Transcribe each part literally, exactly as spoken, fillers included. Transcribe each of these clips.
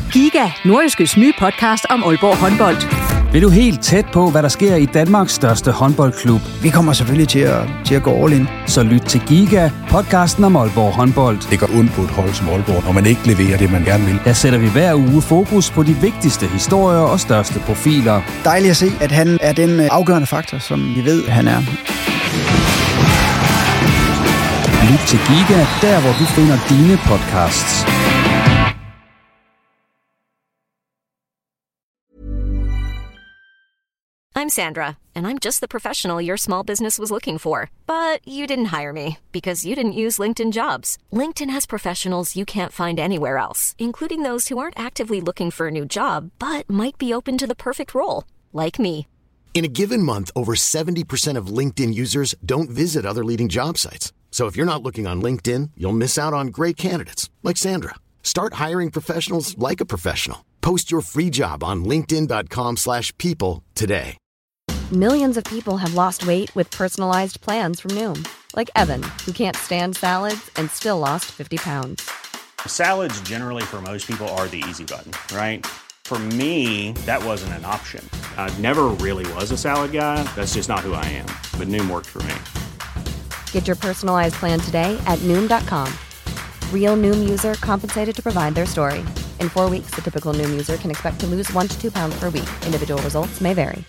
Giga, Nordjyskes nye podcast om Aalborg håndbold. Vil du helt tæt på, hvad der sker i Danmarks største håndboldklub? Vi kommer selvfølgelig til at, til at gå all in. Så lyt til Giga, podcasten om Aalborg håndbold. Det går ondt på et hold som Aalborg, når man ikke leverer det, man gerne vil. Der sætter vi hver uge fokus på de vigtigste historier og største profiler. Dejligt at se, at han er den afgørende faktor, som vi ved, han er. Lyt til Giga, der hvor du finder dine podcasts. I'm Sandra, and I'm just the professional your small business was looking for. But you didn't hire me because you didn't use LinkedIn Jobs. LinkedIn has professionals you can't find anywhere else, including those who aren't actively looking for a new job, but might be open to the perfect role, like me. In a given month, over seventy percent of LinkedIn users don't visit other leading job sites. So if you're not looking on LinkedIn, you'll miss out on great candidates like Sandra. Start hiring professionals like a professional. Post your free job on linkedin dot com slash people today. Millions of people have lost weight with personalized plans from Noom. Like Evan, who can't stand salads and still lost fifty pounds. Salads generally for most people are the easy button, right? For me, that wasn't an option. I never really was a salad guy. That's just not who I am. But Noom worked for me. Get your personalized plan today at noom dot com. Real Noom user compensated to provide their story. In four weeks, the typical Noom user can expect to lose one to two pounds per week. Individual results may vary.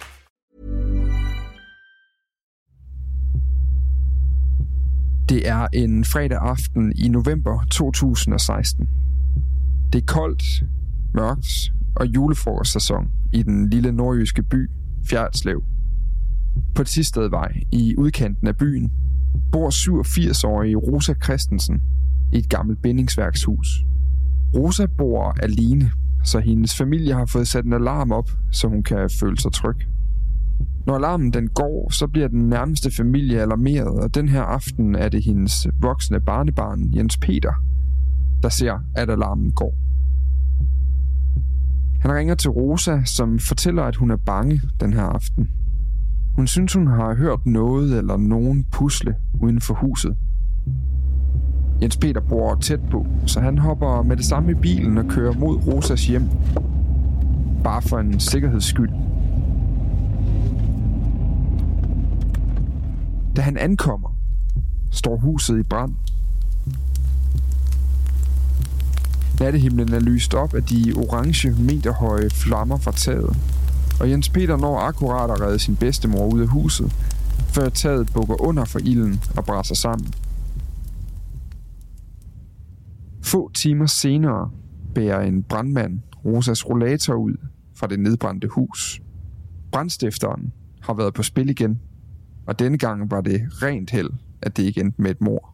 Det er en fredag aften i november to tusind og seksten. Det er koldt, mørkt og julefrokostsæson i den lille nordjyske by Fjerritslev. På Thistedvej i udkanten af byen bor syvogfirs-årige Rosa Christensen i et gammelt bindingsværkshus. Rosa bor alene, så hendes familie har fået sat en alarm op, så hun kan føle sig tryg. Når alarmen den går, så bliver den nærmeste familie alarmeret, og den her aften er det hendes voksne barnebarn, Jens Peter, der ser, at alarmen går. Han ringer til Rosa, som fortæller, at hun er bange den her aften. Hun synes, hun har hørt noget eller nogen pusle uden for huset. Jens Peter bor tæt på, så han hopper med det samme i bilen og kører mod Rosas hjem. Bare for en sikkerheds skyld. Da han ankommer, står huset i brand. Nattehimlen er lyst op af de orange meterhøje flammer fra taget, og Jens Peter når akkurat at redde sin bedstemor ud af huset, før taget bukker under for ilden og braser sammen. Få timer senere bærer en brandmand Rosas rollator ud fra det nedbrændte hus. Brandstifteren har været på spil igen, og denne gang var det rent held, at det ikke endte med et mord.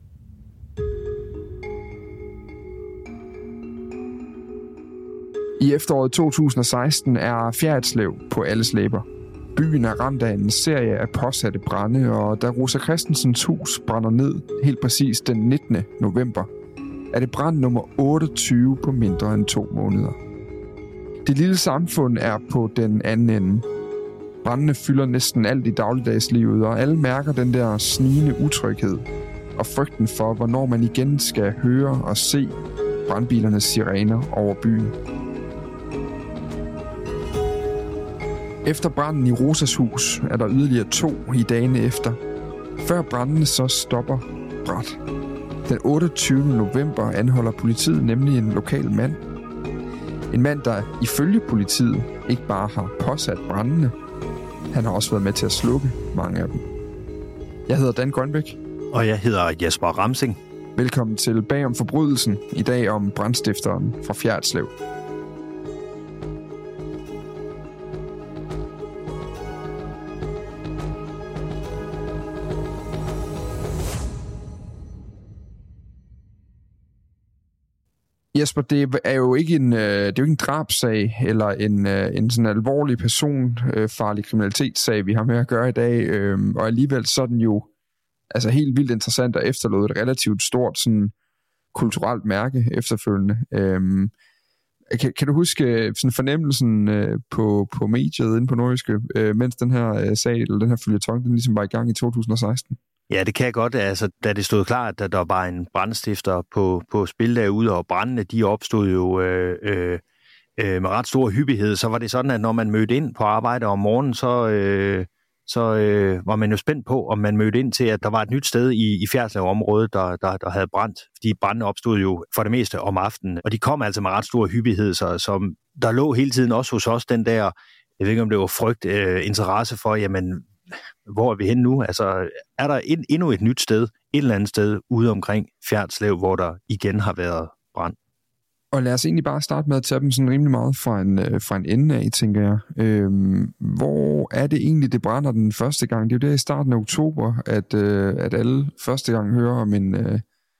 I efteråret to tusind og seksten er Fjerritslev på alles læber. Byen er ramt af en serie af påsatte brande, og da Rosa Christensens hus brænder ned helt præcis den nittende november, er det brand nummer otteogtyve på mindre end to måneder. Det lille samfund er på den anden ende. Brandene fylder næsten alt i dagligdagslivet, og alle mærker den der snigende utryghed og frygten for, hvornår man igen skal høre og se brandbilernes sirener over byen. Efter branden i Rosas hus er der yderligere to i dagene efter, før brandene så stopper brat. Den otteogtyvende november anholder politiet nemlig en lokal mand. En mand, der ifølge politiet ikke bare har påsat brandene, han har også været med til at slukke mange af dem. Jeg hedder Dan Grønbæk. Og jeg hedder Jesper Ramsing. Velkommen til Bag om forbrydelsen, i dag om brandstifteren fra Fjerritslev. Jesper, det er jo ikke en, det er jo ikke en drabsag eller en, en sådan alvorlig personfarlig kriminalitetssag, vi har med at gøre i dag, og alligevel så er den jo altså helt vildt interessant og efterlod et relativt stort sådan kulturelt mærke efterfølgende. Kan, kan du huske sådan fornemmelsen på, på mediet inde på Nordjyske, mens den her sag eller den her føljeton, den ligesom var i gang i to tusind og seksten? Ja, det kan jeg godt. Altså, da det stod klart, at der var en brandstifter på, på spil derude, og brandene, de opstod jo øh, øh, øh, med ret stor hyppighed, så var det sådan, at når man mødte ind på arbejde om morgenen, så, øh, så øh, var man jo spændt på, om man mødte ind til, at der var et nyt sted i, i Fjerritslev-området, der, der, der havde brændt. Fordi brandene opstod jo for det meste om aftenen, og de kom altså med ret stor hyppighed, så, så der lå hele tiden også hos os den der, jeg ved ikke om det var frygt, øh, interesse for, jamen, hvor er vi henne nu? Altså, er der en, endnu et nyt sted, et eller andet sted ude omkring Fjerritslev, hvor der igen har været brand? Og lad os egentlig bare starte med at tage dem sådan rimelig meget fra en, øh, fra en ende af, tænker jeg. Øhm, hvor er det egentlig, det brænder den første gang? Det er jo der i starten af oktober, at, øh, at alle første gang hører om en, øh,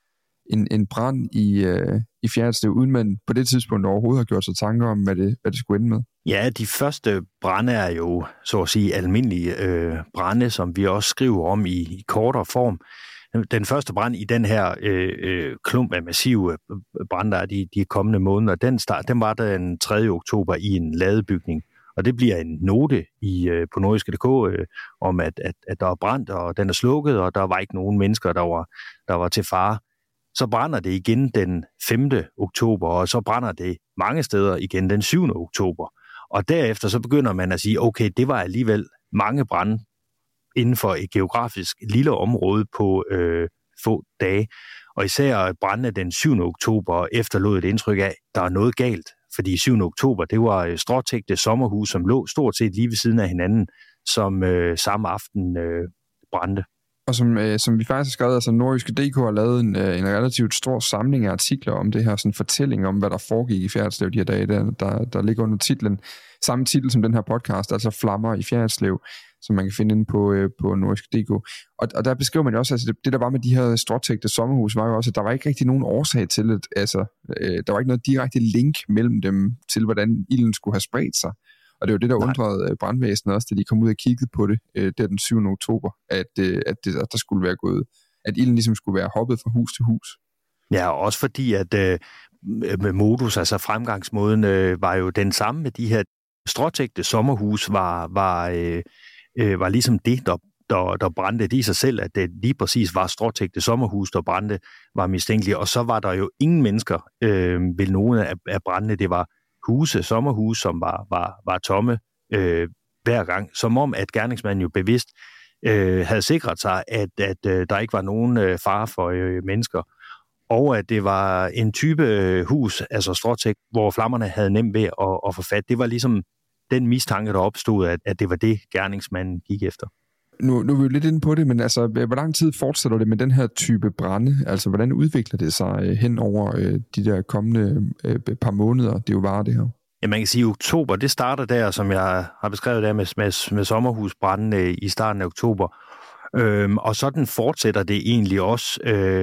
en, en brand i, øh, i Fjerritslev, uden man på det tidspunkt overhovedet har gjort sig tanker om, hvad det, hvad det skulle ende med. Ja, de første brande er jo, så at sige, almindelige øh, brande, som vi også skriver om i, i kortere form. Den første brand i den her øh, øh, klump af massive brande, der er de, de kommende måneder, den, start, den var der den tredje oktober i en ladebygning. Og det bliver en note i, øh, på Nordjyske punktum d k øh, om, at, at, at der er brand, og den er slukket, og der var ikke nogen mennesker, der var, der var til fare. Så brænder det igen den femte oktober, og så brænder det mange steder igen den syvende oktober. Og derefter så begynder man at sige, okay, det var alligevel mange brande inden for et geografisk lille område på øh, få dage. Og især brændene den syvende oktober efterlod et indtryk af, at der er noget galt. Fordi syvende oktober, det var stråtægte sommerhus, som lå stort set lige ved siden af hinanden, som øh, samme aften øh, brændte. Og som, øh, som vi faktisk har skrevet, altså Nordjyske punktum d k har lavet en, øh, en relativt stor samling af artikler om det her, sådan fortælling om, hvad der foregik i Fjerritslev de her dage, der, der, der ligger under titlen, samme titel som den her podcast, altså Flammer i Fjerritslev, som man kan finde inde på, øh, på Nordjyske punktum d k. Og, og der beskriver man jo også, altså det, det der var med de her stråtægte sommerhus, var jo også, at der var ikke rigtig nogen årsag til det, altså øh, der var ikke noget direkte link mellem dem til, hvordan ilden skulle have spredt sig. Og det var det, der undrede brandvæsenet også, da de kom ud og kiggede på det øh, der den syvende oktober, at, øh, at, det, at der skulle være gået, at ilden ligesom skulle være hoppet fra hus til hus. Ja, også fordi, at øh, med modus, altså fremgangsmåden, øh, var jo den samme med de her stråtægte sommerhus, var, var, øh, øh, var ligesom det, der, der, der brændte det i sig selv, at det lige præcis var stråtægte sommerhus, der brændte, var mistænkelige. Og så var der jo ingen mennesker øh, ved nogen af, af brændene, det var huse, sommerhuse, som var, var, var tomme øh, hver gang, som om at gerningsmanden jo bevidst øh, havde sikret sig, at, at øh, der ikke var nogen øh, fare for øh, mennesker, og at det var en type øh, hus, altså stråtægt, hvor flammerne havde nemt ved at, at få fat. Det var ligesom den mistanke, der opstod, at, at det var det, gerningsmanden gik efter. Nu, nu er vi jo lidt inde på det, men altså, hvor lang tid fortsætter det med den her type brande? Altså, hvordan udvikler det sig øh, hen over øh, de der kommende øh, par måneder, det jo var det her? Ja, man kan sige, at oktober, det starter der, som jeg har beskrevet der med, med, med sommerhusbranden i starten af oktober. Øhm, og sådan fortsætter det egentlig også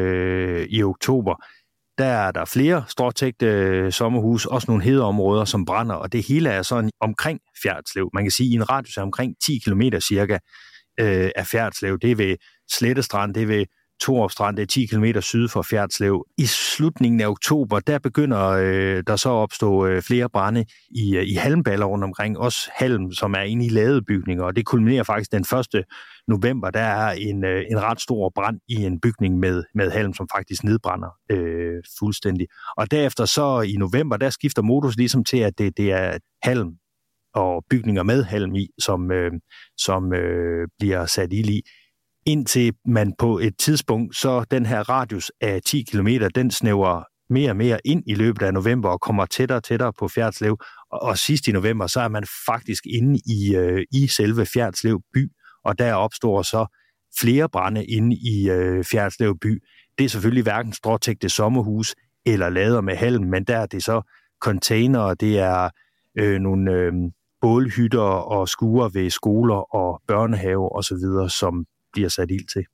øh, i oktober. Der er der flere stråtægte sommerhus, også nogle hedeområder, som brænder, og det hele er sådan omkring Fjerritslev. Man kan sige, i en radius af omkring ti kilometer cirka øh, af Fjerritslev. Det er ved Slettestrand, det er ved Torup Strand, det er ti kilometer syd for Fjerritslev. I slutningen af oktober, der begynder øh, der så at opstå øh, flere brande i, øh, i halmballer rundt omkring, også halm, som er inde i ladebygninger, og det kulminerer faktisk den første november, der er en, øh, en ret stor brand i en bygning med, med halm, som faktisk nedbrænder øh, fuldstændig. Og derefter så i november, der skifter modus ligesom til, at det, det er halm og bygninger med halm i, som, øh, som øh, bliver sat ild i. Indtil man på et tidspunkt, så den her radius af ti kilometer, den snæver mere og mere ind i løbet af november og kommer tættere og tættere på Fjerritslev. Og, og sidst i november, så er man faktisk inde i, øh, i selve Fjerritslev by, og der opstår så flere brande inde i øh, Fjerritslev by. Det er selvfølgelig hverken stråtægte sommerhus eller lader med halm, men der er det så containere, det er øh, nogle øh, bålhytter og skuer ved skoler og børnehave osv., som bliver sat ild til.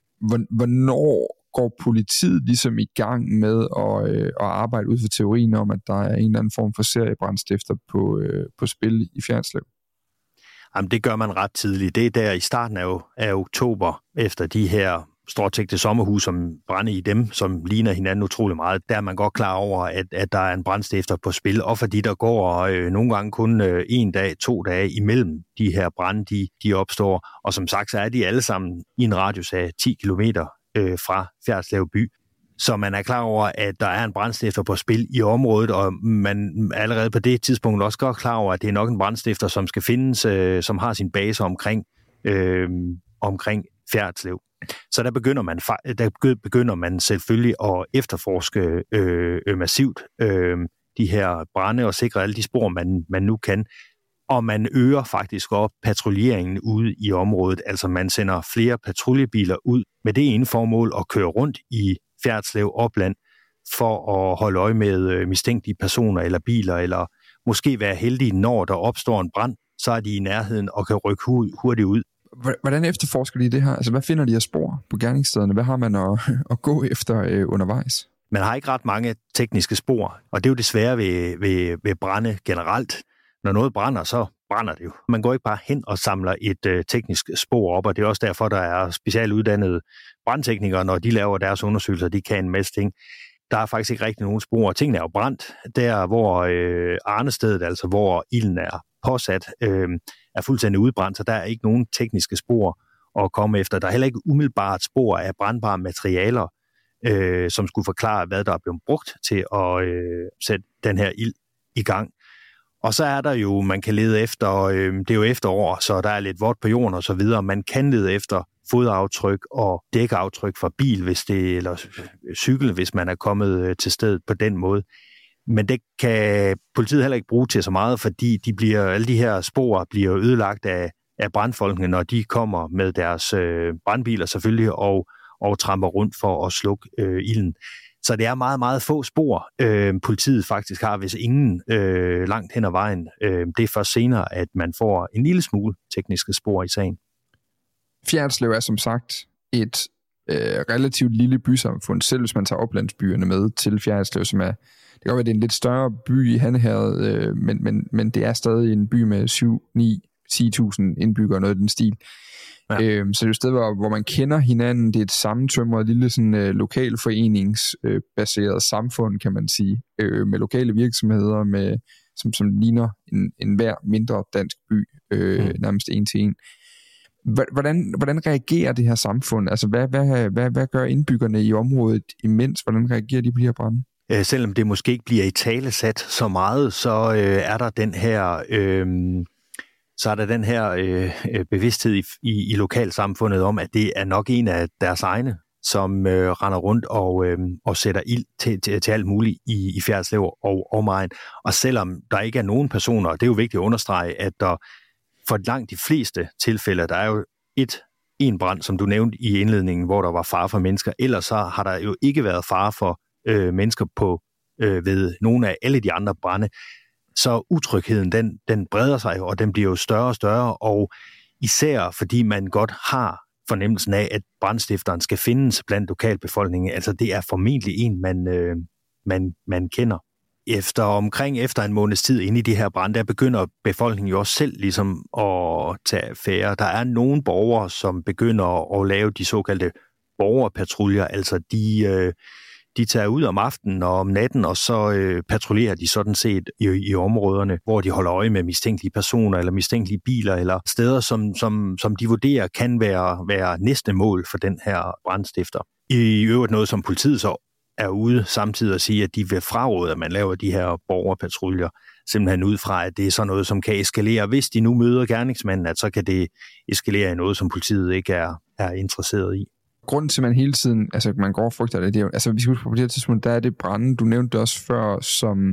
Hvornår går politiet ligesom i gang med at, øh, at arbejde ud for teorien om, at der er en eller anden form for seriebrandstifter på, øh, på spil i Fjerritslev? Jamen, det gør man ret tidligt. Det er der i starten af, af oktober, efter de her stråtægte sommerhus, som brænder i dem, som ligner hinanden utrolig meget. Der er man godt klar over, at, at der er en brandstifter på spil, og fordi der går øh, nogle gange kun øh, en dag, to dage imellem de her brande, de, de opstår. Og som sagt, så er de alle sammen i en radius af ti kilometer øh, fra Fjerritslev by. Så man er klar over, at der er en brandstifter på spil i området, og man er allerede på det tidspunkt også godt klar over, at det er nok en brandstifter, som skal findes, øh, som har sin base omkring, øh, omkring Fjerritslev. Så der begynder man, der begynder man selvfølgelig at efterforske øh, massivt øh, de her brande og sikre alle de spor, man, man nu kan. Og man øger faktisk op patruljeringen ude i området. Altså man sender flere patruljebiler ud med det ene formål at køre rundt i Fjerritslev opland for at holde øje med mistænkelige personer eller biler, eller måske være heldige, når der opstår en brand, så er de i nærheden og kan rykke hurtigt ud. Hvordan efterforsker de det her? Altså hvad finder de af spor på gerningsstederne? Hvad har man at, at gå efter øh, undervejs? Man har ikke ret mange tekniske spor, og det er jo det svære ved, ved, ved brande generelt. Når noget brænder, så brænder det jo. Man går ikke bare hen og samler et øh, teknisk spor op, og det er også derfor, der er specielt uddannede brandteknikere, når de laver deres undersøgelser, de kan en masse ting. Der er faktisk ikke rigtig nogen spor. Tingene er jo brændt. Der, hvor øh, arnestedet, altså hvor ilden er påsat, øh, er fuldstændig udbrændt, så der er ikke nogen tekniske spor at komme efter. Der er heller ikke umiddelbart spor af brandbare materialer, øh, som skulle forklare, hvad der er blevet brugt til at øh, sætte den her ild i gang. Og så er der jo, man kan lede efter, øh, det er jo efterår, så der er lidt vådt på jorden og så videre. Man kan lede efter fodaftryk og dækaftryk fra bil, hvis det, eller cykel, hvis man er kommet til stedet på den måde. Men det kan politiet heller ikke bruge til så meget, fordi de bliver, alle de her spor bliver ødelagt af, af brandfolkene, når de kommer med deres øh, brandbiler selvfølgelig og, og tramper rundt for at slukke øh, ilden. Så det er meget, meget få spor, øh, politiet faktisk har, hvis ingen øh, langt hen ad vejen. Øh, det er først senere, at man får en lille smule tekniske spor i sagen. Fjerritslev er som sagt et øh, relativt lille bysamfund, selv hvis man tager oplandsbyerne med til Fjerritslev, som er, det kan godt være, det er en lidt større by i Hanherred, øh, men, men, men det er stadig en by med syv, ni, ti tusind indbyggere, noget af den stil. Ja. Øhm, så det er jo et sted, hvor, hvor man kender hinanden. Det er et sammentømret lille sådan, øh, lokalforeningsbaseret øh, samfund, kan man sige, øh, med lokale virksomheder, med, som, som ligner en, en hver mindre dansk by, øh, mm. nærmest en til en. Hvordan, hvordan reagerer det her samfund? Altså, hvad, hvad, hvad, hvad gør indbyggerne i området imens? Hvordan reagerer de på de her brande? Øh, selvom det måske ikke bliver i talesat så meget, så øh, er der den her... Øh, så er der den her øh, bevidsthed i, i, i lokalsamfundet om, at det er nok en af deres egne, som øh, render rundt og, øh, og sætter ild til, til, til alt muligt i, i Fjerritslev og omegn. Og selvom der ikke er nogen personer, det er jo vigtigt at understrege, at der for langt de fleste tilfælde, der er jo et en brand, som du nævnte i indledningen, hvor der var fare for mennesker. Ellers så har der jo ikke været fare for øh, mennesker på øh, ved nogle af alle de andre brande. Så utrygheden, den, den breder sig, og den bliver jo større og større, og især fordi man godt har fornemmelsen af, at brandstifteren skal findes blandt lokalbefolkningen. Altså det er formentlig en, man, øh, man, man kender. Efter omkring efter en måneds tid inde i de her brande, der begynder befolkningen jo også selv ligesom at tage affære. Der er nogle borgere, som begynder at lave de såkaldte borgerpatruljer, altså de... Øh, De tager ud om aftenen og om natten, og så øh, patruljerer de sådan set i, i områderne, hvor de holder øje med mistænkelige personer eller mistænkelige biler, eller steder, som, som, som de vurderer kan være, være næste mål for den her brandstifter. I øvrigt noget, som politiet så er ude samtidig at sige, at de vil fraråde, at man laver de her borgerpatruljer, simpelthen ud fra, at det er sådan noget, som kan eskalere. Hvis de nu møder gerningsmanden, at så kan det eskalere i noget, som politiet ikke er, er interesseret i. Grunden til, at man hele tiden, altså man går og frygter det, det er jo, altså vi skal huske på det her tidspunkt, der er det brande, du nævnte det også før, som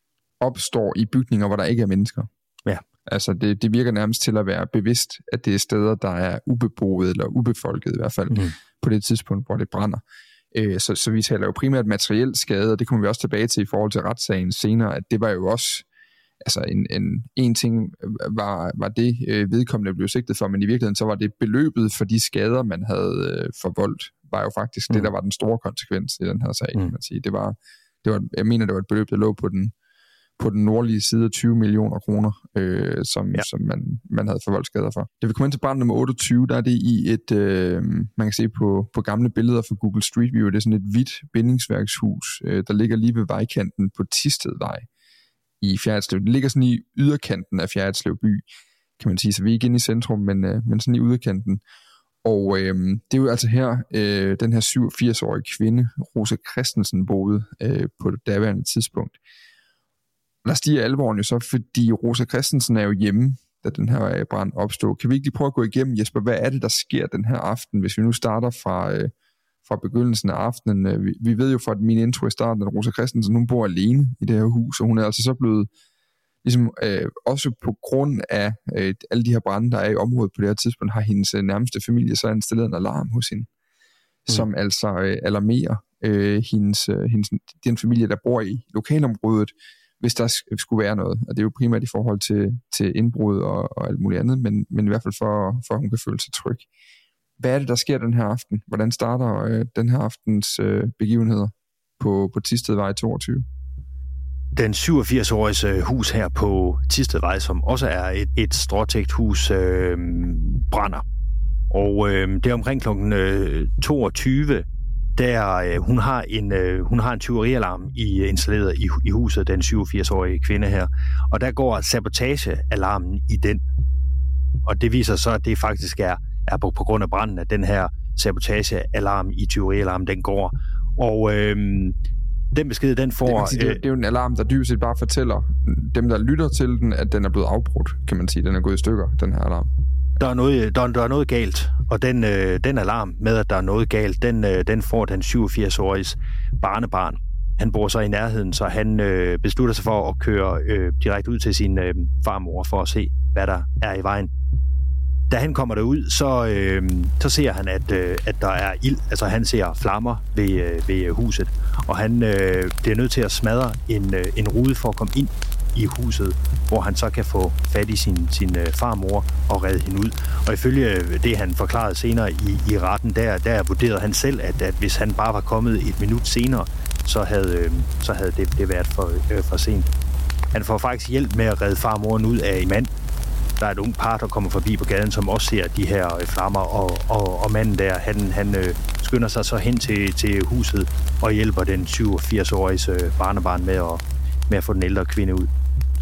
opstår i bygninger, hvor der ikke er mennesker. Ja. Altså det, det virker nærmest til at være bevidst, at det er steder, der er ubeboet, eller ubefolket i hvert fald, mm. på det tidspunkt, hvor det brænder. Øh, så, så vi taler jo primært materiel skade, og det kommer vi også tilbage til i forhold til retssagen senere, at det var jo også, altså en, en, en ting var, var det øh, vedkommende blev sigtet for, men i virkeligheden så var det beløbet for de skader, man havde øh, forvoldt, var jo faktisk mm. det, der var den store konsekvens i den her sag, mm. kan man sige. Det var, det var, jeg mener, det var et beløb, der lå på den, på den nordlige side af tyve millioner kroner, øh, som, ja. som man, man havde forvoldt skader for. Da vi kommer ind til brand nummer otteogtyve, der er det i et, øh, man kan se på, på gamle billeder fra Google Street View, det er sådan et hvidt bindingsværkshus, øh, der ligger lige ved vejkanten på Tistedvej i Fjerritslev. Det ligger sådan i yderkanten af Fjerritslev by, kan man sige. Så vi er ikke inde i centrum, men, øh, men sådan i yderkanten. Og øh, det er jo altså her, øh, den her syvogfirs-årige kvinde, Rosa Christensen, boede øh, på det daværende tidspunkt. Der stiger alvoren jo så, fordi Rosa Christensen er jo hjemme, da den her brand opstod. Kan vi ikke lige prøve at gå igennem, Jesper, hvad er det, der sker den her aften, hvis vi nu starter fra, øh, fra begyndelsen af aftenen? Vi, vi ved jo fra min intro i starten, at Rosa Christensen, hun bor alene i det her hus, og hun er altså så blevet, ligesom øh, også på grund af øh, alle de her brande, der er i området på det her tidspunkt, har hendes øh, nærmeste familie så installeret en alarm hos hende, mm. som altså øh, alarmerer øh, hendes, øh, hendes, den familie, der bor i lokalområdet, hvis der skulle være noget. Og det er jo primært i forhold til, til indbrud og, og alt muligt andet, men, men i hvert fald for, for at hun kan føle sig tryg. Hvad er det, der sker den her aften? Hvordan starter øh, den her aftens øh, begivenheder på, på Thistedvej toogtyve? Den syvogfirs-årige hus her på Thistedvej, som også er et, et stråtægt hus, øh, brænder. Og øh, det er omkring klokken øh, toogtyve, der øh, hun har en øh, hun har en tyverialarm i installeret i, i huset, den syvogfirs-årige kvinde her, og der går sabotagealarmen i den. Og det viser så, at det faktisk er er på, på grund af branden, at den her sabotagealarm i tyverialarmen den går. Og øh, den besked, den får... Det, sige, det, er, det er jo en alarm, der dybest set bare fortæller dem, der lytter til den, at den er blevet afbrudt, kan man sige. Den er gået i stykker, den her alarm. Der er noget, der, der er noget galt, og den, øh, den alarm med, at der er noget galt, den, øh, den får den syvogfirs-åriges barnebarn. Han bor så i nærheden, så han øh, beslutter sig for at køre øh, direkte ud til sin øh, farmor for at se, hvad der er i vejen. Da han kommer derud, så, øh, så ser han, at, øh, at der er ild. Altså han ser flammer ved, øh, ved huset, og han øh, bliver nødt til at smadre en, øh, en rude for at komme ind i huset, hvor han så kan få fat i sin, sin øh, farmor og redde hende ud. Og ifølge det, han forklarede senere i, i retten, der, der vurderede han selv, at, at hvis han bare var kommet et minut senere, så havde, øh, så havde det, det været for, øh, for sent. Han får faktisk hjælp med at redde farmoren ud af en mand. Der er et ung par, der kommer forbi på gaden, som også ser de her øh, flammer, og, og, og manden der, han, han øh, skynder sig så hen til, til huset og hjælper den syvogfirs-årige øh, barnebarn med at, med at få den ældre kvinde ud.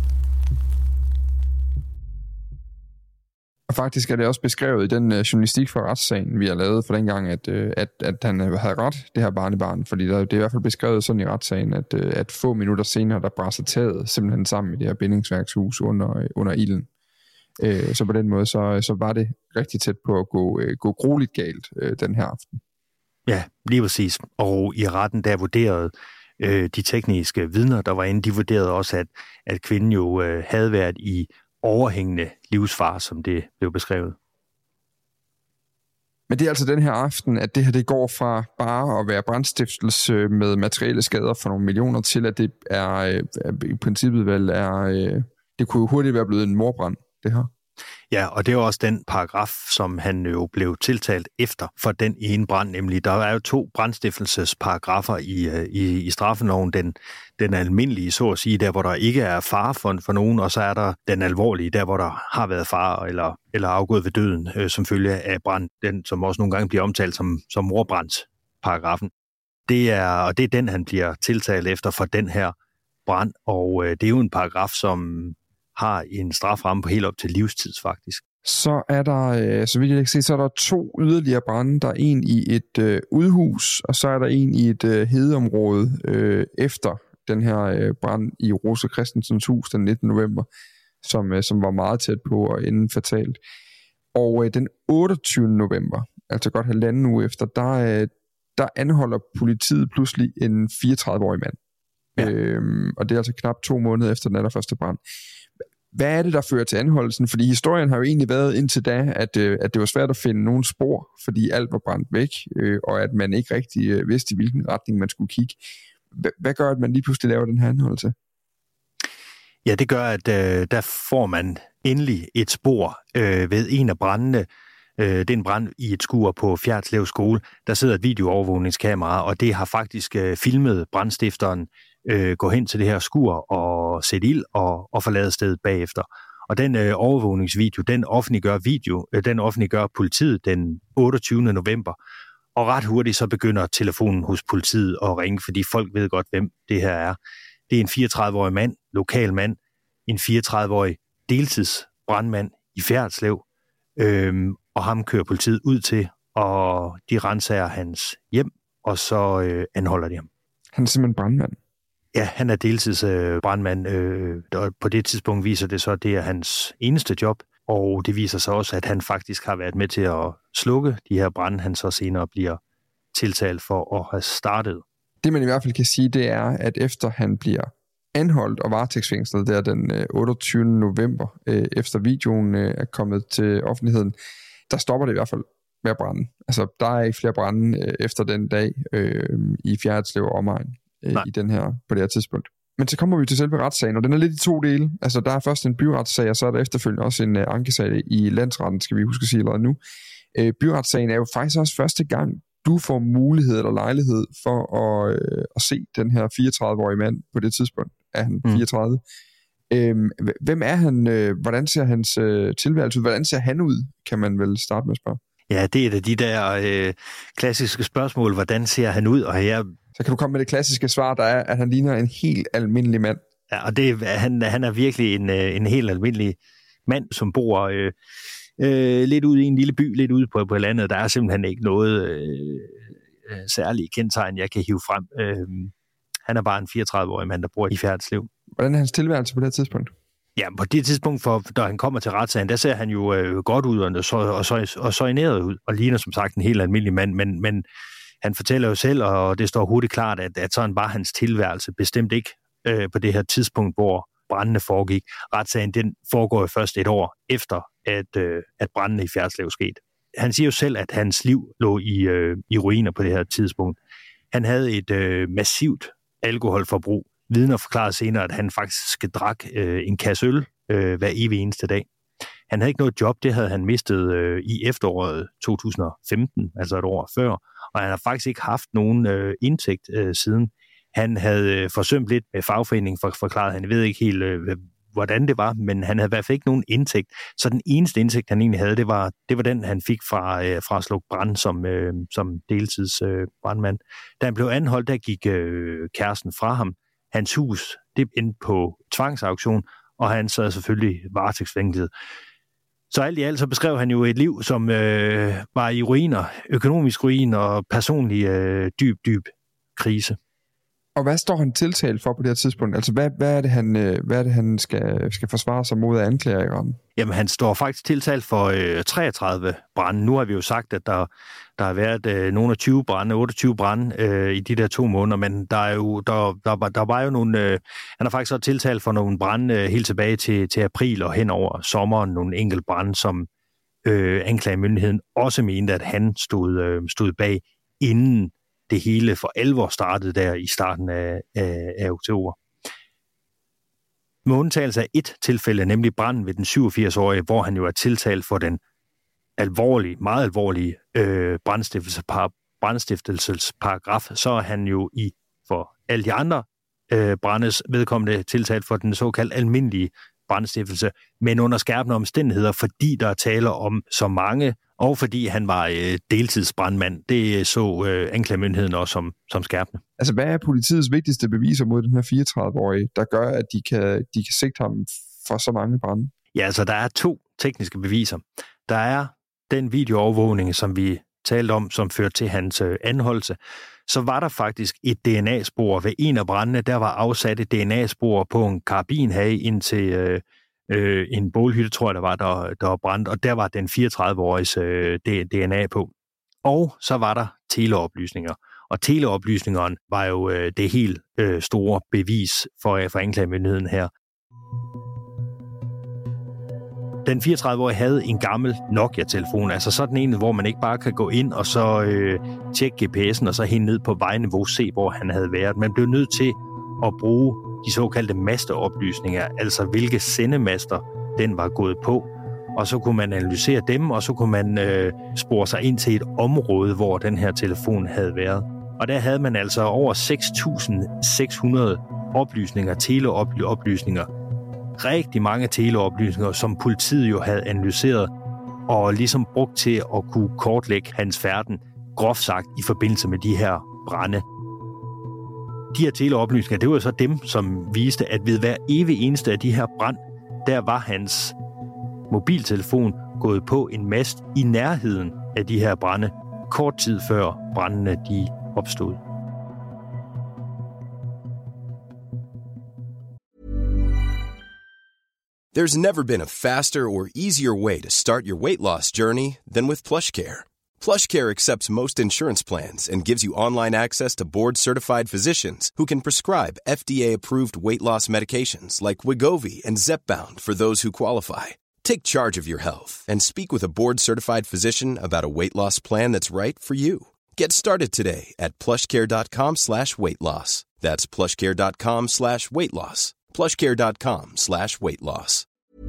Og faktisk er det også beskrevet i den øh, journalistik fra retssagen, vi har lavet for dengang, at, øh, at, at han havde ret, det her barnebarn. Fordi der, det er i hvert fald beskrevet sådan i retssagen, at, øh, at få minutter senere, der brænder taget simpelthen sammen i det her bindingsværkshus under, øh, under ilden. Øh, så på den måde, så, så var det rigtig tæt på at gå, øh, gå grueligt galt øh, den her aften. Ja, lige præcis. Og i retten, der vurderede øh, de tekniske vidner, der var inde, de vurderede også, at, at kvinden jo øh, havde været i overhængende livsfare, som det blev beskrevet. Men det er altså den her aften, at det her det går fra bare at være brandstiftelse med materielle skader for nogle millioner, til at det er øh, i princippet vel er, øh, det kunne hurtigt være blevet en mordbrand, det her. Ja, og det er jo også den paragraf, som han jo blev tiltalt efter for den ene brand, nemlig. Der er jo to brandstiftelsesparagrafer i, i, i straffeloven. Den, den almindelige, så at sige, der hvor der ikke er fare for, for nogen, og så er der den alvorlige, der hvor der har været fare eller, eller afgået ved døden, øh, som følge af brand, den som også nogle gange bliver omtalt som, som mordbrandsparagrafen. Det er, og det er den, han bliver tiltalt efter for den her brand, og øh, det er jo en paragraf, som har en straframme på helt op til livstids, faktisk. Så er der, øh, så vidt jeg kan se, så er der to yderligere brande. Der er en i et øh, udhus, og så er der en i et øh, hedeområde øh, efter den her øh, brand i Rosa Christensens hus den nittende november, som, øh, som var meget tæt på at ende fatalt. Og øh, den otteogtyvende november, altså godt halvanden uge efter, der, øh, der anholder politiet pludselig en fireogtredive-årig mand. Ja. Øhm, og det er altså knap to måneder efter den allerførste brand. Hvad er det, der fører til anholdelsen? Fordi historien har jo egentlig været indtil da, at, øh, at det var svært at finde nogen spor, fordi alt var brændt væk, øh, og at man ikke rigtig øh, vidste, i hvilken retning man skulle kigge. H- hvad gør, at man lige pludselig laver den her anholdelse? Ja, det gør, at øh, der får man endelig et spor øh, ved en af brændene. Øh, det er en brand i et skur på Fjerdslev skole. Der sidder et videoovervågningskamera, og det har faktisk øh, filmet brandstifteren øh, gå hen til det her skur og sætte ild og, og forlade stedet bagefter. Og den øh, overvågningsvideo, den offentliggør, video, øh, den offentliggør politiet den otteogtyvende november. Og ret hurtigt så begynder telefonen hos politiet at ringe, fordi folk ved godt, hvem det her er. Det er en fireogtredive-årig mand, lokal mand, en fireogtredive-årig deltidsbrandmand i Fjerdslev. Øhm, og ham kører politiet ud til, og de renser hans hjem, og så øh, anholder de ham. Han er simpelthen brandmand? Ja, han er deltidsbrandmand, øh, og på det tidspunkt viser det så, at det er hans eneste job, og det viser sig også, at han faktisk har været med til at slukke de her brande, han så senere bliver tiltalt for at have startet. Det man i hvert fald kan sige, det er, at efter han bliver anholdt og varetægtsfængslet der den otteogtyvende november, øh, efter videoen øh, er kommet til offentligheden, der stopper det i hvert fald med at brænde. Altså, der er ikke flere brænde øh, efter den dag øh, i Fjerritslev og omegn øh, i den her, på det her tidspunkt. Men så kommer vi til selve retssagen, og den er lidt i to dele. Altså, der er først en byretssag, og så er der efterfølgende også en uh, ankesag i landsretten, skal vi huske at sige allerede nu. Øh, byretssagen er jo faktisk også første gang, du får mulighed eller lejlighed for at, øh, at se den her fireogtredive-årige mand på det tidspunkt. Er han fireogtredive? Mm. Øhm, hvem er han? Øh, hvordan ser hans øh, tilværelse ud? Hvordan ser han ud, kan man vel starte med at spørge? Ja, det er da de der øh, klassiske spørgsmål. Hvordan ser han ud? Og her... Så kan du komme med det klassiske svar, der er, at han ligner en helt almindelig mand. Ja, og det, han, han er virkelig en, en helt almindelig mand, som bor øh, øh, lidt ude i en lille by, lidt ude på, på landet. Der er simpelthen ikke noget øh, særlige kendetegn, jeg kan hive frem. Øh, han er bare en fireogtredive-årig mand, der bor i Fjerritslev. Hvordan er hans tilværelse på det tidspunkt? Ja, på det tidspunkt, for, da han kommer til retssagen, der ser han jo øh, godt ud og, så, og, så, og soigneret ud, og ligner som sagt en helt almindelig mand, men, men han fortæller jo selv, og det står hurtigt klart, at, at sådan var hans tilværelse bestemt ikke øh, på det her tidspunkt, hvor brændene foregik. Retssagen, den foregår jo først et år efter, at, øh, at brændene i Fjerritslev skete. Han siger jo selv, at hans liv lå i, øh, i ruiner på det her tidspunkt. Han havde et øh, massivt alkoholforbrug. Vidner forklarede senere, at han faktisk drak øh, en kasse øl øh, hver evig eneste dag. Han havde ikke noget job, det havde han mistet øh, i efteråret to tusind og femten, altså et år før, og han har faktisk ikke haft nogen øh, indtægt øh, siden. Han havde øh, forsømt lidt med fagforeningen, for, forklaret han. Jeg ved ikke helt, øh, hvordan det var, men han havde i hvert fald ikke nogen indtægt. Så den eneste indtægt, han egentlig havde, det var, det var den, han fik fra, øh, fra at slukke brand som, øh, som deltidsbrandmand. Øh, da han blev anholdt, der gik øh, kæresten fra ham. Hans hus, det endte på tvangsauktion, og han sad selvfølgelig varetægtsfængslet. Så alt i alt så beskrev han jo et liv, som øh, var i ruiner, økonomisk ruin og personlig øh, dyb, dyb krise. Og hvad står han tiltalt for på det her tidspunkt? Altså, hvad, hvad er det, han, hvad er det, han skal, skal forsvare sig mod af anklager i retten? Jamen, han står faktisk tiltalt for øh, treogtredive brande. Nu har vi jo sagt, at der, der har været øh, nogle af tyve brande, otteogtyve brande øh, i de der to måneder, men der, er jo, der, der, der var jo nogle... Øh, han har faktisk også tiltalt for nogle brande øh, helt tilbage til, til april og hen over sommeren, nogle enkelte brande, som øh, anklagemyndigheden også mente, at han stod, øh, stod bag, inden det hele for alvor startede der i starten af, af, af oktober. Med undtagelse af et tilfælde, nemlig branden ved den syvogfirs-årige, hvor han jo er tiltalt for den alvorlige, meget alvorlige øh, brandstiftelsesparagraf, så er han jo i for alle de andre øh, brandes vedkommende tiltalt for den såkaldt almindelige brandstiftelse, men under skærpende omstændigheder, fordi der er tale om så mange, og fordi han var øh, deltidsbrandmand. Det så øh, anklagemyndigheden også som, som skærpende. Altså, hvad er politiets vigtigste beviser mod den her fireogtredive-årige, der gør, at de kan, de kan sigte ham for så mange brande? Ja, altså, der er to tekniske beviser. Der er den videoovervågning, som vi talte om, som førte til hans øh, anholdelse. Så var der faktisk et D N A-spor ved en af brandene. Der var afsat et D N A-spor på en karabinhage ind til øh, øh, en bålhytte, tror jeg, der var, der, der var brændt, og der var den fireogtredive-åriges øh, D N A på. Og så var der teleoplysninger. Og teleoplysningerne var jo øh, det helt øh, store bevis for, for anklagemyndigheden her. Den fireogtredive-årige havde en gammel Nokia-telefon, altså sådan en, hvor man ikke bare kan gå ind og så øh, tjekke G P S'en og så helt ned på vejniveau se, hvor han havde været. Man blev nødt til at bruge de såkaldte masteoplysninger, altså hvilke sendemaster den var gået på. Og så kunne man analysere dem, og så kunne man øh, spore sig ind til et område, hvor den her telefon havde været. Og der havde man altså over seks tusind seks hundrede oplysninger, teleoplysninger, rigtig mange teleoplysninger, som politiet jo havde analyseret og ligesom brugt til at kunne kortlægge hans færden, groft sagt, i forbindelse med de her brande. De her teleoplysninger, det var så dem, som viste, at ved hver evig eneste af de her brand, der var hans mobiltelefon gået på en mast i nærheden af de her brande, kort tid før brandene de opstod. There's never been a faster or easier way to start your weight loss journey than with PlushCare. PlushCare accepts most insurance plans and gives you online access to board-certified physicians who can prescribe F D A-approved weight loss medications like Wegovy and Zepbound for those who qualify. Take charge of your health and speak with a board-certified physician about a weight loss plan that's right for you. Get started today at plushcare.com slash weight loss. That's plushcare.com slash weight loss. plushcare.com slash weight loss.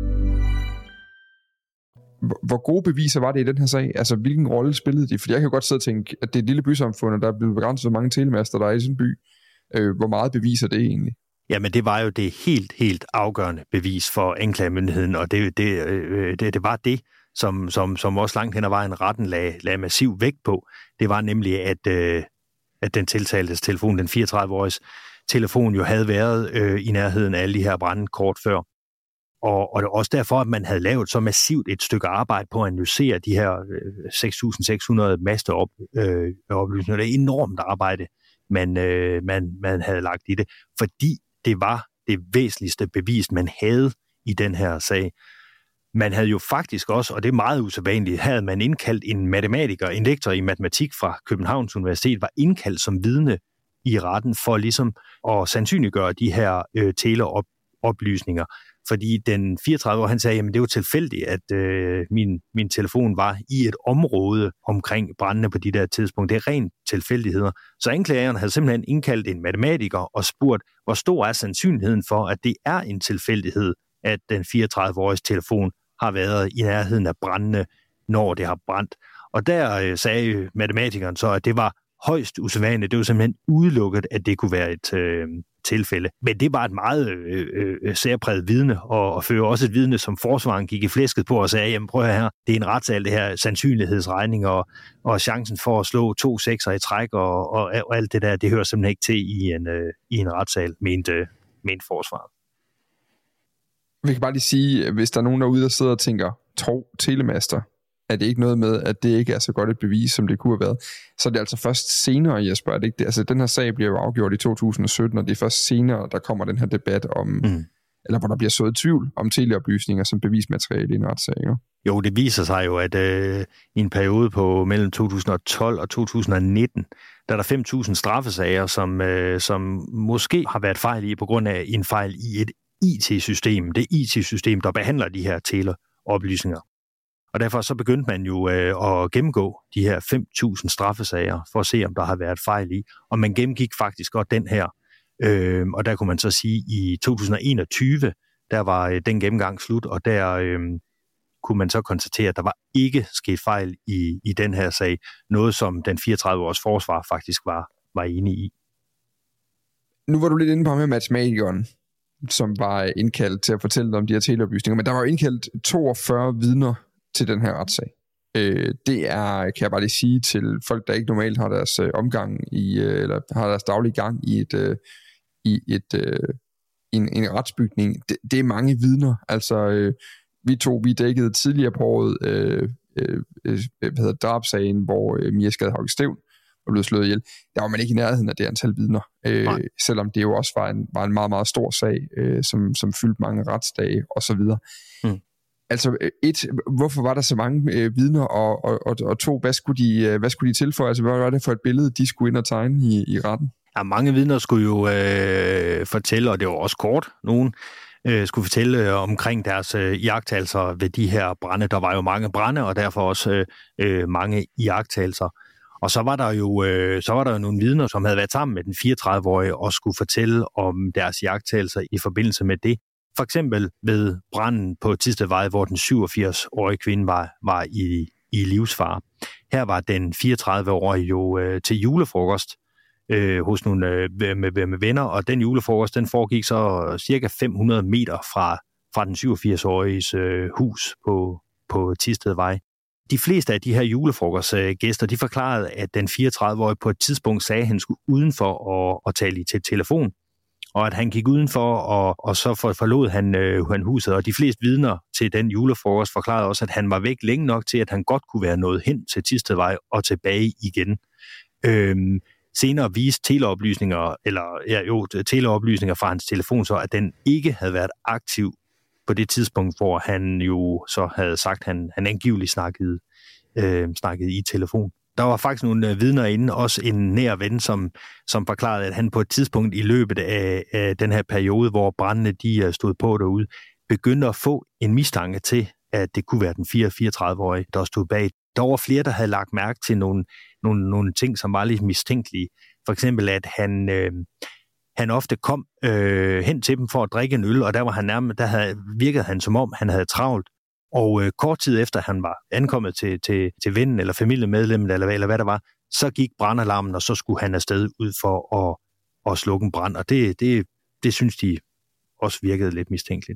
Hvor gode beviser var det i den her sag? Altså, hvilken rolle spillede de? Fordi jeg kan godt sidde og tænke, at det er et lille bysamfund, og der er blevet begrænset, hvor mange telemaster der er i sådan en by. Øh, hvor meget beviser det egentlig? Jamen, det var jo det helt, helt afgørende bevis for anklagemyndigheden, og det, det, det, det var det, som, som, som også langt hen ad vejen retten lagde, lagde massiv vægt på. Det var nemlig, at, at den tiltaltes telefon, den fireogtredive-åriges telefon, jo havde været øh, i nærheden af alle de her brande kort før. Og, og det var også derfor, at man havde lavet så massivt et stykke arbejde på at analysere de her øh, seks tusind seks hundrede masteoplysninger. Det er enormt arbejde, man, øh, man, man havde lagt i det, fordi det var det væsentligste bevis, man havde i den her sag. Man havde jo faktisk også, og det er meget usædvanligt, havde man indkaldt en matematiker, en lektor i matematik fra Københavns Universitet, var indkaldt som vidne i retten for ligesom at sandsynliggøre de her øh, teleoplysninger. Fordi den fireogtredive-årige, han sagde, jamen det var tilfældigt, at øh, min, min telefon var i et område omkring brandene på de der tidspunkt. Det er rent tilfældigheder. Så anklageren havde simpelthen indkaldt en matematiker og spurgt, hvor stor er sandsynligheden for, at det er en tilfældighed, at den fireogtredive-åriges telefon har været i nærheden af brandene, når det har brændt. Og der øh, sagde matematikeren så, at det var højst usædvanligt. Det var simpelthen udelukket, at det kunne være et øh, tilfælde. Men det var et meget øh, øh, særpræget vidne, og, og fører også et vidne, som forsvaren gik i flæsket på og sagde, jamen prøv her, det er en retssal, det her sandsynlighedsregning, og, og chancen for at slå to sekser i træk, og, og, og alt det der, det hører simpelthen ikke til i en, øh, i en retssal, mente, mente forsvaret. Vi kan bare lige sige, hvis der er nogen derude, der sidder og tænker, tro telemaster, er det ikke noget med, at det ikke er så godt et bevis, som det kunne have været. Så er det altså først senere, Jesper, er det ikke det? Altså, den her sag bliver jo afgjort i to tusind og sytten, og det er først senere, der kommer den her debat om, mm. eller hvor der bliver sået tvivl om teleoplysninger som bevismateriale i en retssag. Jo, jo det viser sig jo, at øh, i en periode på mellem to tusind og tolv og to tusind og nitten, der er der fem tusind straffesager, som, øh, som måske har været fejl i, på grund af en fejl i et I T-system. Det I T-system, der behandler de her teleoplysninger. Og derfor så begyndte man jo øh, at gennemgå de her fem tusind straffesager, for at se, om der har været fejl i. Og man gennemgik faktisk godt den her. Øh, og der kunne man så sige, at i to tusind og enogtyve, der var øh, den gennemgang slut, og der øh, kunne man så konstatere, at der var ikke sket fejl i, i den her sag. Noget, som den fireogtredive-års forsvar faktisk var, var enig i. Nu var du lidt inde på med matematikeren, som var indkaldt til at fortælle om de her teleoplysninger, men der var jo indkaldt toogfyrre vidner til den her retssag. Øh, det er, kan jeg bare lige sige, til folk, der ikke normalt har deres øh, omgang i, øh, eller har deres daglige gang i et, øh, i et øh, en, en retsbygning. Det, det er mange vidner. Altså, øh, vi to, vi dækkede tidligere på året øh, øh, hvad hedder drabsagen, hvor øh, Mia Skadhauge Stevn var blevet slået ihjel. Der var man ikke i nærheden af det antal vidner, øh, selvom det jo også var en, var en meget, meget stor sag, øh, som, som fyldte mange retsdage osv. Mm. Altså et, hvorfor var der så mange øh, vidner, og, og, og, og to, hvad skulle, de, øh, hvad skulle de tilføje? Altså, hvad var det for et billede, de skulle ind og tegne i, i retten? Ja, mange vidner skulle jo øh, fortælle, og det var også kort, nogen øh, skulle fortælle øh, omkring deres øh, iagttagelser ved de her brande. Der var jo mange brande, og derfor også øh, mange iagttagelser. Og så var der jo øh, så var der jo nogle vidner, som havde været sammen med den fireogtredive-årige og skulle fortælle om deres iagttagelser i forbindelse med det. For eksempel ved branden på Thistedvej, hvor den syvogfirs-årige kvinde var, var i, i livsfare. Her var den fireogtredive-årige jo øh, til julefrokost øh, hos nogle øh, med, med venner, og den julefrokost, den foregik så cirka fem hundrede meter fra, fra den syvogfirs-åriges øh, hus på, på Thistedvej. De fleste af de her julefrokostgæster, de forklarede, at den fireogtredive-årige på et tidspunkt sagde, at han skulle udenfor og, og tale i til telefon. og at han gik udenfor, og, og så forlod han, øh, han huset, og de fleste vidner til den julefrokost forklarede også, at han var væk længe nok til, at han godt kunne være nået hen til Thistedvej og tilbage igen. Øhm, senere viste teleoplysninger, eller ja, jo, teleoplysninger fra hans telefon så, at den ikke havde været aktiv på det tidspunkt, hvor han jo så havde sagt, at han, han angiveligt snakkede, øh, snakkede i telefon. Der var faktisk nogle øh, vidner inde, også en nær ven, som, som forklarede, at han på et tidspunkt i løbet af, af den her periode, hvor brandene de stod på derude, begyndte at få en mistanke til, at det kunne være den fireogtredive-årige, der stod bag. Der var flere, der havde lagt mærke til nogle, nogle, nogle ting, som var lidt mistænkelige. For eksempel, at han, øh, han ofte kom øh, hen til dem for at drikke en øl, og der var han nærmest, der havde, virkede han som om, han havde travlt. Og øh, kort tid efter, han var ankommet til, til, til vennen eller familiemedlemmet, eller, eller hvad der var, så gik brandalarmen, og så skulle han afsted ud for at, at slukke en brand. Og det, det, det synes de også virkede lidt mistænkeligt.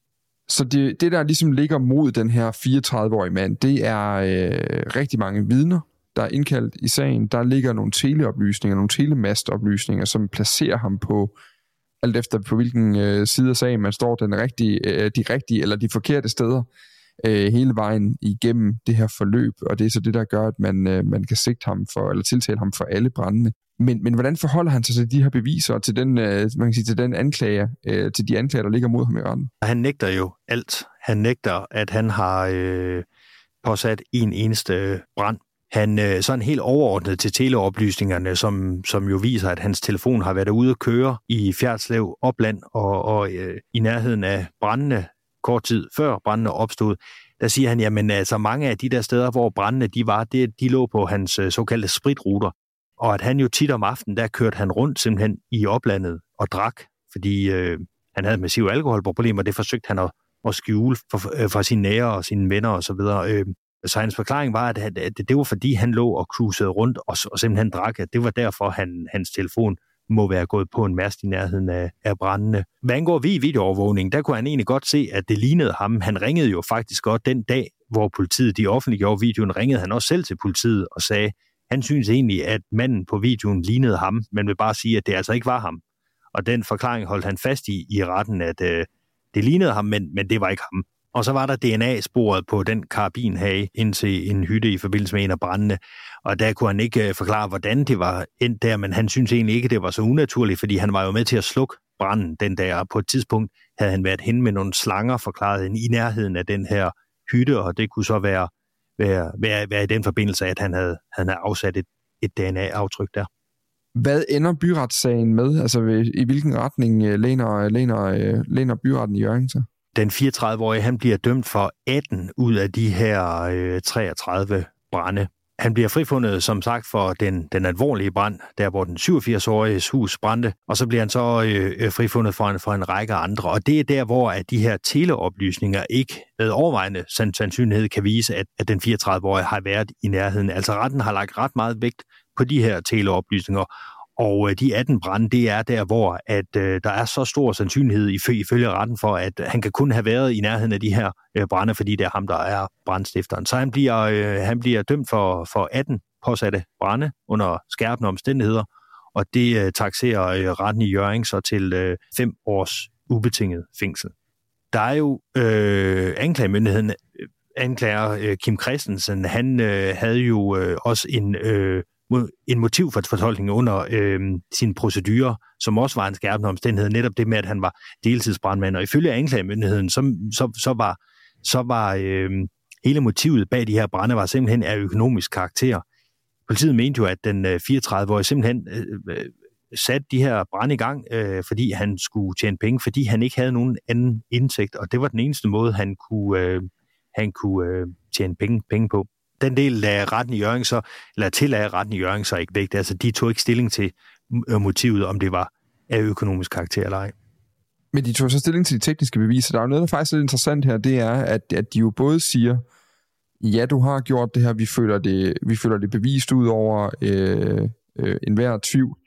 Så det, det, der ligesom ligger mod den her fireogtredive-årige mand, det er øh, rigtig mange vidner, der er indkaldt i sagen. Der ligger nogle teleoplysninger, nogle telemastoplysninger, som placerer ham på, alt efter på hvilken øh, side af sagen man står, den rigtige, øh, de rigtige eller de forkerte steder, øh, hele vejen igennem det her forløb. Og det er så det, der gør, at man, øh, man kan sigte ham for, eller tiltale ham for alle brandene. Men, men hvordan forholder han sig til de her beviser, og til den, øh, man kan sige, til den anklager, øh, til de anklager, der ligger mod ham i retten? Han nægter jo alt. Han nægter, at han har øh, påsat en eneste brand. Han øh, sådan helt overordnet til teleoplysningerne, som, som jo viser, at hans telefon har været ude at køre i Fjerdslev opland og, og øh, i nærheden af brandene kort tid før brandene opstod. Der siger han, jamen altså mange af de der steder, hvor brandene de var, det, de lå på hans øh, såkaldte spritruter. Og at han jo tit om aftenen, der kørte han rundt simpelthen i oplandet og drak, fordi øh, han havde massive alkoholproblemer, det forsøgte han at, at skjule for, øh, for sine nære og sine venner og så videre. Øh, så hans forklaring var, at, at, at det var fordi, han lå og cruisede rundt og, og simpelthen drak, at det var derfor, han, hans telefon må være gået på en mast i nærheden af, af brandene. Hvad angår vi i videoovervågning, der kunne han egentlig godt se, at det lignede ham. Han ringede jo faktisk godt den dag, hvor politiet de offentliggjorde videoen, ringede han også selv til politiet og sagde, han synes egentlig, at manden på videoen lignede ham, men vil bare sige, at det altså ikke var ham. Og den forklaring holdt han fast i i retten, at øh, det lignede ham, men, men det var ikke ham. Og så var der D N A-sporet på den karabinhage ind til en hytte i forbindelse med en af brandene. Og der kunne han ikke øh, forklare, hvordan det var endt der, men han synes egentlig ikke, det var så unaturligt, fordi han var jo med til at slukke branden den der. Og på et tidspunkt havde han været hen med nogle slanger, forklaret i nærheden af den her hytte, og det kunne så være Være, være, være i den forbindelse, at han havde, han havde afsat et, et D N A-aftryk der. Hvad ender byretssagen med? Altså i hvilken retning læner, læner, læner byretten i Hjørring sig? Den fireogtredive-årige, han bliver dømt for atten ud af de her øh, treogtredive brande. Han bliver frifundet, som sagt, for den, den alvorlige brand, der hvor den syvogfirs-åriges hus brændte, og så bliver han så øh, frifundet for en, for en række andre. Og det er der, hvor at de her teleoplysninger ikke med overvejende sandsynlighed kan vise, at, at den fireogtredive-årige har været i nærheden. Altså retten har lagt ret meget vægt på de her teleoplysninger, og øh, de atten brande, det er der, hvor at, øh, der er så stor sandsynlighed ifølge retten for, at han kan kun have været i nærheden af de her øh, brande, fordi det er ham, der er brandstifteren. Så han bliver, øh, han bliver dømt for, for atten påsatte brande under skærpende omstændigheder, og det øh, taxerer øh, retten i Hjørring så til øh, fem års ubetinget fængsel. Der er jo øh, anklagemyndigheden, øh, anklager øh, Kim Christensen, han øh, havde jo øh, også en... Øh, en motiv for fortolkning under øh, sin procedure, som også var en skærpende omstændighed, netop det med, at han var deltidsbrandmand. Og ifølge anklagemyndigheden, så, så, så var, så var øh, hele motivet bag de her brande var simpelthen af økonomisk karakter. Politiet mente jo, at den øh, fireogtredive-årige simpelthen øh, satte de her brande i gang, øh, fordi han skulle tjene penge, fordi han ikke havde nogen anden indtægt, og det var den eneste måde, han kunne, øh, han kunne øh, tjene penge, penge på. Den del af retten i Hjørring så, eller til af retten i Hjørring så ikke vægt. Altså, de tog ikke stilling til motivet, om det var af økonomisk karakter eller ej. Men de tog så stilling til de tekniske beviser. Der er jo noget, der faktisk er interessant her, det er, at, at de jo både siger, ja, du har gjort det her, vi føler det, vi føler det bevist ud over øh, øh, enhver tvivl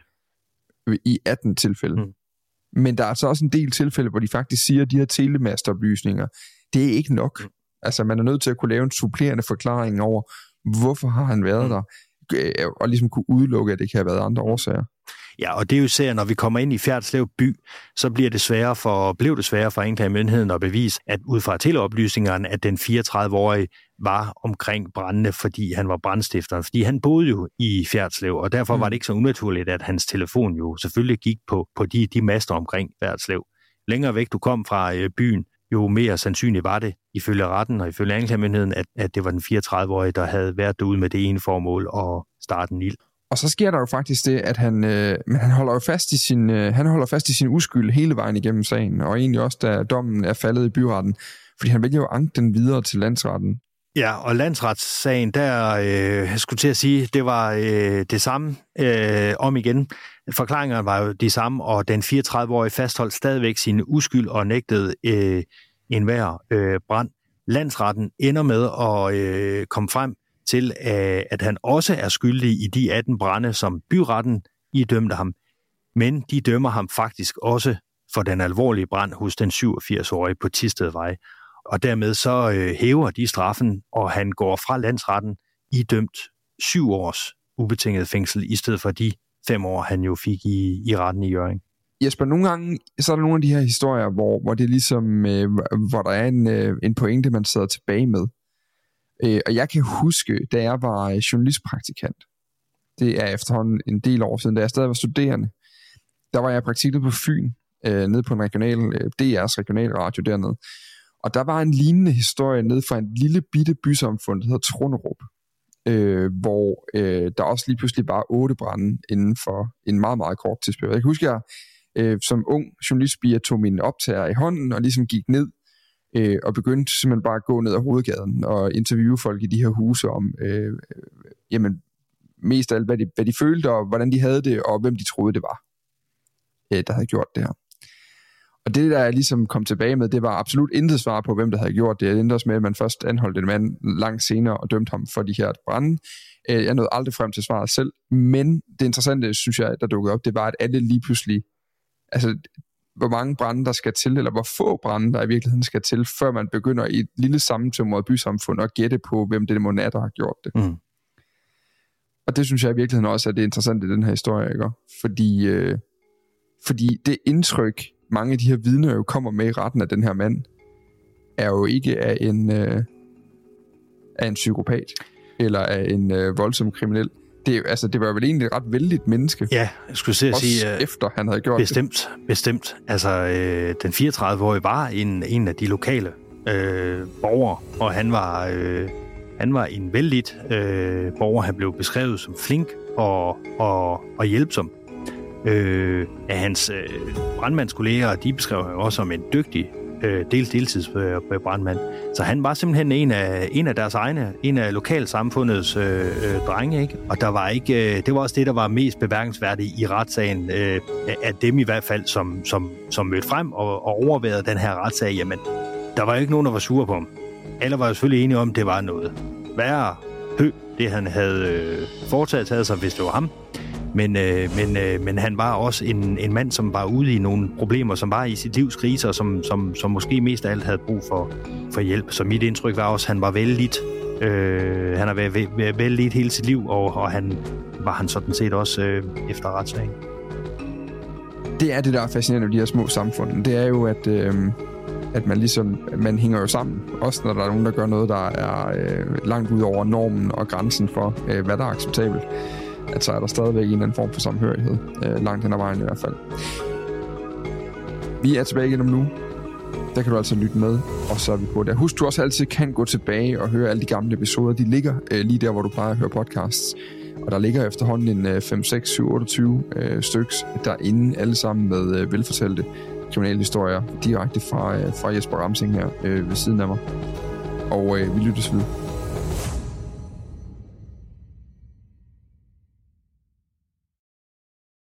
i atten tilfælde. Mm. Men der er så også en del tilfælde, hvor de faktisk siger, at de her telemastoplysninger, det er ikke nok. Mm. Altså, man er nødt til at kunne lave en supplerende forklaring over, hvorfor har han været mm. der, og ligesom kunne udelukke, at det kan have været andre årsager. Ja, og det er jo især, når vi kommer ind i Fjerritslev by, så bliver det sværere for, blev det sværere for anklagemyndigheden at bevise, at ud fra teleoplysningerne, at den fireogtredive-årige var omkring brændende, fordi han var brandstifteren. Fordi han boede jo i Fjerritslev, og derfor mm. var det ikke så unaturligt, at hans telefon jo selvfølgelig gik på, på de, de master omkring Fjerritslev. Længere væk du kom fra øh, byen, jo mere sandsynligt var det, ifølge retten og ifølge anklagemyndigheden, at, at det var den fireogtredive-årige, der havde været derude med det ene formål at starte en ild. Og så sker der jo faktisk det, at han, øh, han holder jo fast i sin, øh, han holder fast i sin uskyld hele vejen igennem sagen, og egentlig også da dommen er faldet i byretten, fordi han vælger jo anke den videre til landsretten. Ja, og landsretssagen, der øh, jeg skulle til at sige, det var øh, det samme øh, om igen. Forklaringerne var jo de samme, og den fireogtredive-årige fastholdt stadigvæk sin uskyld og nægtede øh, enhver øh, brand. Landsretten ender med at øh, komme frem til, øh, at han også er skyldig i de atten brande, som byretten idømte ham. Men de dømmer ham faktisk også for den alvorlige brand hos den syvogfirs-årige på Thistedvej. Og dermed så øh, hæver de straffen, og han går fra landsretten idømt syv års ubetinget fængsel, i stedet for de fem år, han jo fik i, i retten i Hjørring. Jesper, nogle gange så er der nogle af de her historier, hvor, hvor det er ligesom, øh, hvor der er en, øh, en pointe, man sidder tilbage med. Øh, og jeg kan huske, da jeg var journalistpraktikant, det er efterhånden en del år siden, da jeg stadig var studerende, der var jeg praktikant på Fyn, øh, nede på en regional, øh, D R's regionalradio dernede. Og der var en lignende historie nede fra en lille bitte bysamfund, der hedder Trunderup, øh, hvor øh, der også lige pludselig var otte brande inden for en meget, meget kort tidsperiode. Jeg kan huske, at jeg øh, som ung journalistspire tog mine optager i hånden og ligesom gik ned øh, og begyndte simpelthen bare at gå ned ad hovedgaden og interviewe folk i de her huse om, øh, jamen, mest af alt, hvad de, hvad de følte og hvordan de havde det, og hvem de troede, det var, øh, der havde gjort det her. Og det, der jeg ligesom kom tilbage med, det var absolut intet svar på, hvem der havde gjort det. Jeg endte også med, at man først anholdt en mand langt senere og dømte ham for de her brande. Jeg nåede aldrig frem til svaret selv, men det interessante, synes jeg, der dukkede op, det var, at alle lige pludselig, altså hvor mange brande der skal til, eller hvor få brande der i virkeligheden skal til, før man begynder i et lille sammentømret bysamfund at gætte på, hvem det må er, der har gjort det. Mm. Og det synes jeg i virkeligheden også, at det er interessant i den her historie, ikke? Fordi, øh, fordi det indtryk, mange af de her vidner jo kommer med i retten af den her mand, er jo ikke af en, øh, af en psykopat, eller af en øh, voldsom kriminel. Det, altså, det var vel egentlig et ret vældigt menneske. Ja, jeg skulle se at sige... Uh, efter han havde gjort bestemt, det. Bestemt. Altså, øh, den fireogtredive-årige var en, en af de lokale øh, borgere, og han var, øh, han var en vældigt øh, borger. Han blev beskrevet som flink og, og, og hjælpsom. Øh, af hans øh, brandmandskolleger, de beskrev ham også som en dygtig øh, del deltids øh, brandmand. Så han var simpelthen en af, en af deres egne, en af lokalsamfundets øh, øh, drenge, ikke? Og der var ikke, øh, det var også det, der var mest bemærkelsesværdigt i retssagen, øh, af dem i hvert fald, som, som, som mødte frem og, og overværede den her retssag. Jamen, der var ikke nogen, der var sure på ham. Alle var jo selvfølgelig enige om, at det var noget værre hø, det han havde øh, foretaget taget sig, hvis det var ham. Men, øh, men, øh, men han var også en, en mand, som var ude i nogle problemer, som var i sit livs kriser, som, som, som måske mest af alt havde brug for, for hjælp. Så mit indtryk var også, at han var vældigt. Øh, han har været vældigt hele sit liv, og, og han var han sådan set også øh, efter retssagen. Det er det, der er fascinerende ved de her små samfund. Det er jo, at, øh, at man ligesom man hænger jo sammen. Også når der er nogen, der gør noget, der er øh, langt ud over normen og grænsen for, øh, hvad der er acceptabelt. At så er der stadigvæk en eller anden form for samhørighed. Øh, langt hen ad vejen i hvert fald. Vi er tilbage igen om nu. Der kan du altså lytte med, og så er vi på der. Husk, du også altid kan gå tilbage og høre alle de gamle episoder. De ligger øh, lige der, hvor du plejer at høre podcasts. Og der ligger efterhånden en øh, fem, seks, syv, otteogtyve øh, styks derinde, alle sammen med øh, velfortalte kriminalhistorier, direkte fra, øh, fra Jesper Ramsing her øh, ved siden af mig. Og øh, vi lyttes ved.